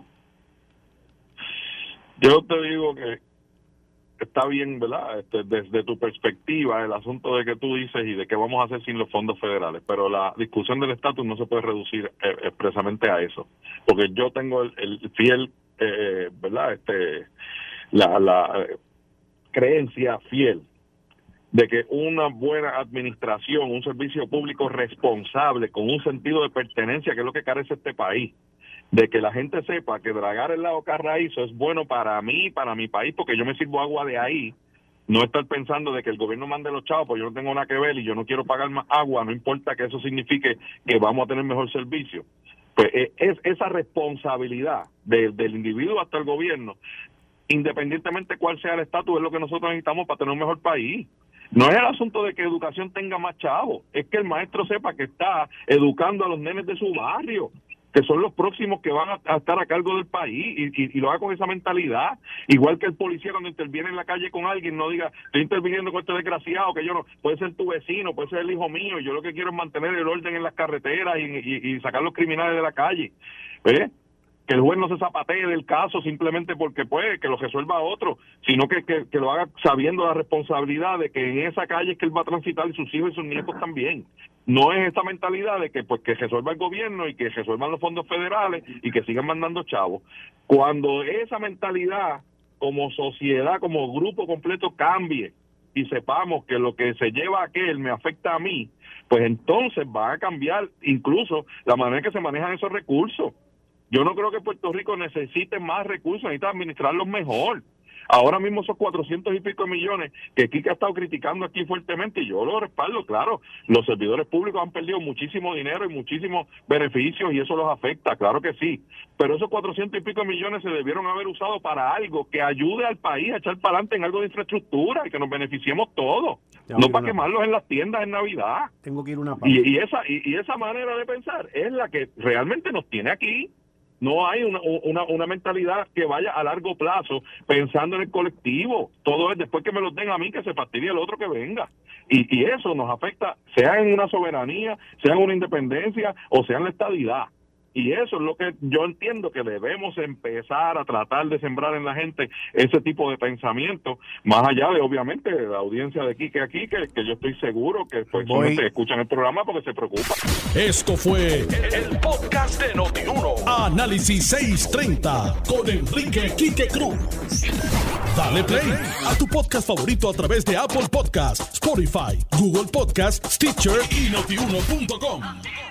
G: Yo te digo que está bien, ¿verdad? Este, desde tu perspectiva, el asunto de que tú dices y de qué vamos a hacer sin los fondos federales, pero la discusión del estatus no se puede reducir eh, expresamente a eso, porque yo tengo el, el fiel, eh, ¿verdad? Este la, la eh, creencia fiel de que una buena administración, un servicio público responsable, con un sentido de pertenencia, que es lo que carece este país, de que la gente sepa que dragar el lago Carraízo es bueno para mí, para mi país, porque yo me sirvo agua de ahí, no estar pensando de que el gobierno mande los chavos, pues yo no tengo nada que ver y yo no quiero pagar más agua, no importa que eso signifique que vamos a tener mejor servicio. Pues eh, es esa responsabilidad de, del individuo hasta el gobierno, independientemente cuál sea el estatus, es lo que nosotros necesitamos para tener un mejor país. No es el asunto de que educación tenga más chavos, es que el maestro sepa que está educando a los nenes de su barrio, que son los próximos que van a, a estar a cargo del país, y, y, y lo haga con esa mentalidad. Igual que el policía cuando interviene en la calle con alguien, no diga, estoy interviniendo con este desgraciado, que yo no, puede ser tu vecino, puede ser el hijo mío, yo lo que quiero es mantener el orden en las carreteras y, y, y sacar los criminales de la calle. ¿Ves? Que el juez no se zapatee del caso simplemente porque puede, que lo resuelva otro, sino que, que, que lo haga sabiendo la responsabilidad de que en esa calle es que él va a transitar, y sus hijos y sus nietos también. No es esa mentalidad de que pues que resuelva el gobierno y que resuelvan los fondos federales y que sigan mandando chavos. Cuando esa mentalidad como sociedad, como grupo completo cambie y sepamos que lo que se lleva a aquel me afecta a mí, pues entonces va a cambiar incluso la manera en que se manejan esos recursos. Yo no creo que Puerto Rico necesite más recursos, necesita administrarlos mejor. Ahora mismo esos cuatrocientos y pico millones que Kike ha estado criticando aquí fuertemente, y yo lo respaldo, claro, los servidores públicos han perdido muchísimo dinero y muchísimos beneficios y eso los afecta, claro que sí, pero esos cuatrocientos y pico millones se debieron haber usado para algo que ayude al país a echar para adelante en algo de infraestructura y que nos beneficiemos todos, no para quemarlos en las tiendas en Navidad.
B: Tengo que ir una pausa.
G: Y, y, esa, y, y esa manera de pensar es la que realmente nos tiene aquí. No hay una, una, una mentalidad que vaya a largo plazo pensando en el colectivo. Todo es después que me lo den a mí, que se fastidie el otro que venga. Y, y eso nos afecta, sea en una soberanía, sea en una independencia o sea en la estadidad. Y eso es lo que yo entiendo que debemos empezar a tratar de sembrar en la gente, ese tipo de pensamiento, más allá de, obviamente, la audiencia de Kike aquí, que, que yo estoy seguro que pues, solamente escuchan el programa porque se preocupan.
A: Esto fue el podcast de Noti uno. Análisis seiscientos treinta con Enrique Kike Cruz. Dale play a tu podcast favorito a través de Apple Podcasts, Spotify, Google Podcasts, Stitcher y notiuno punto com.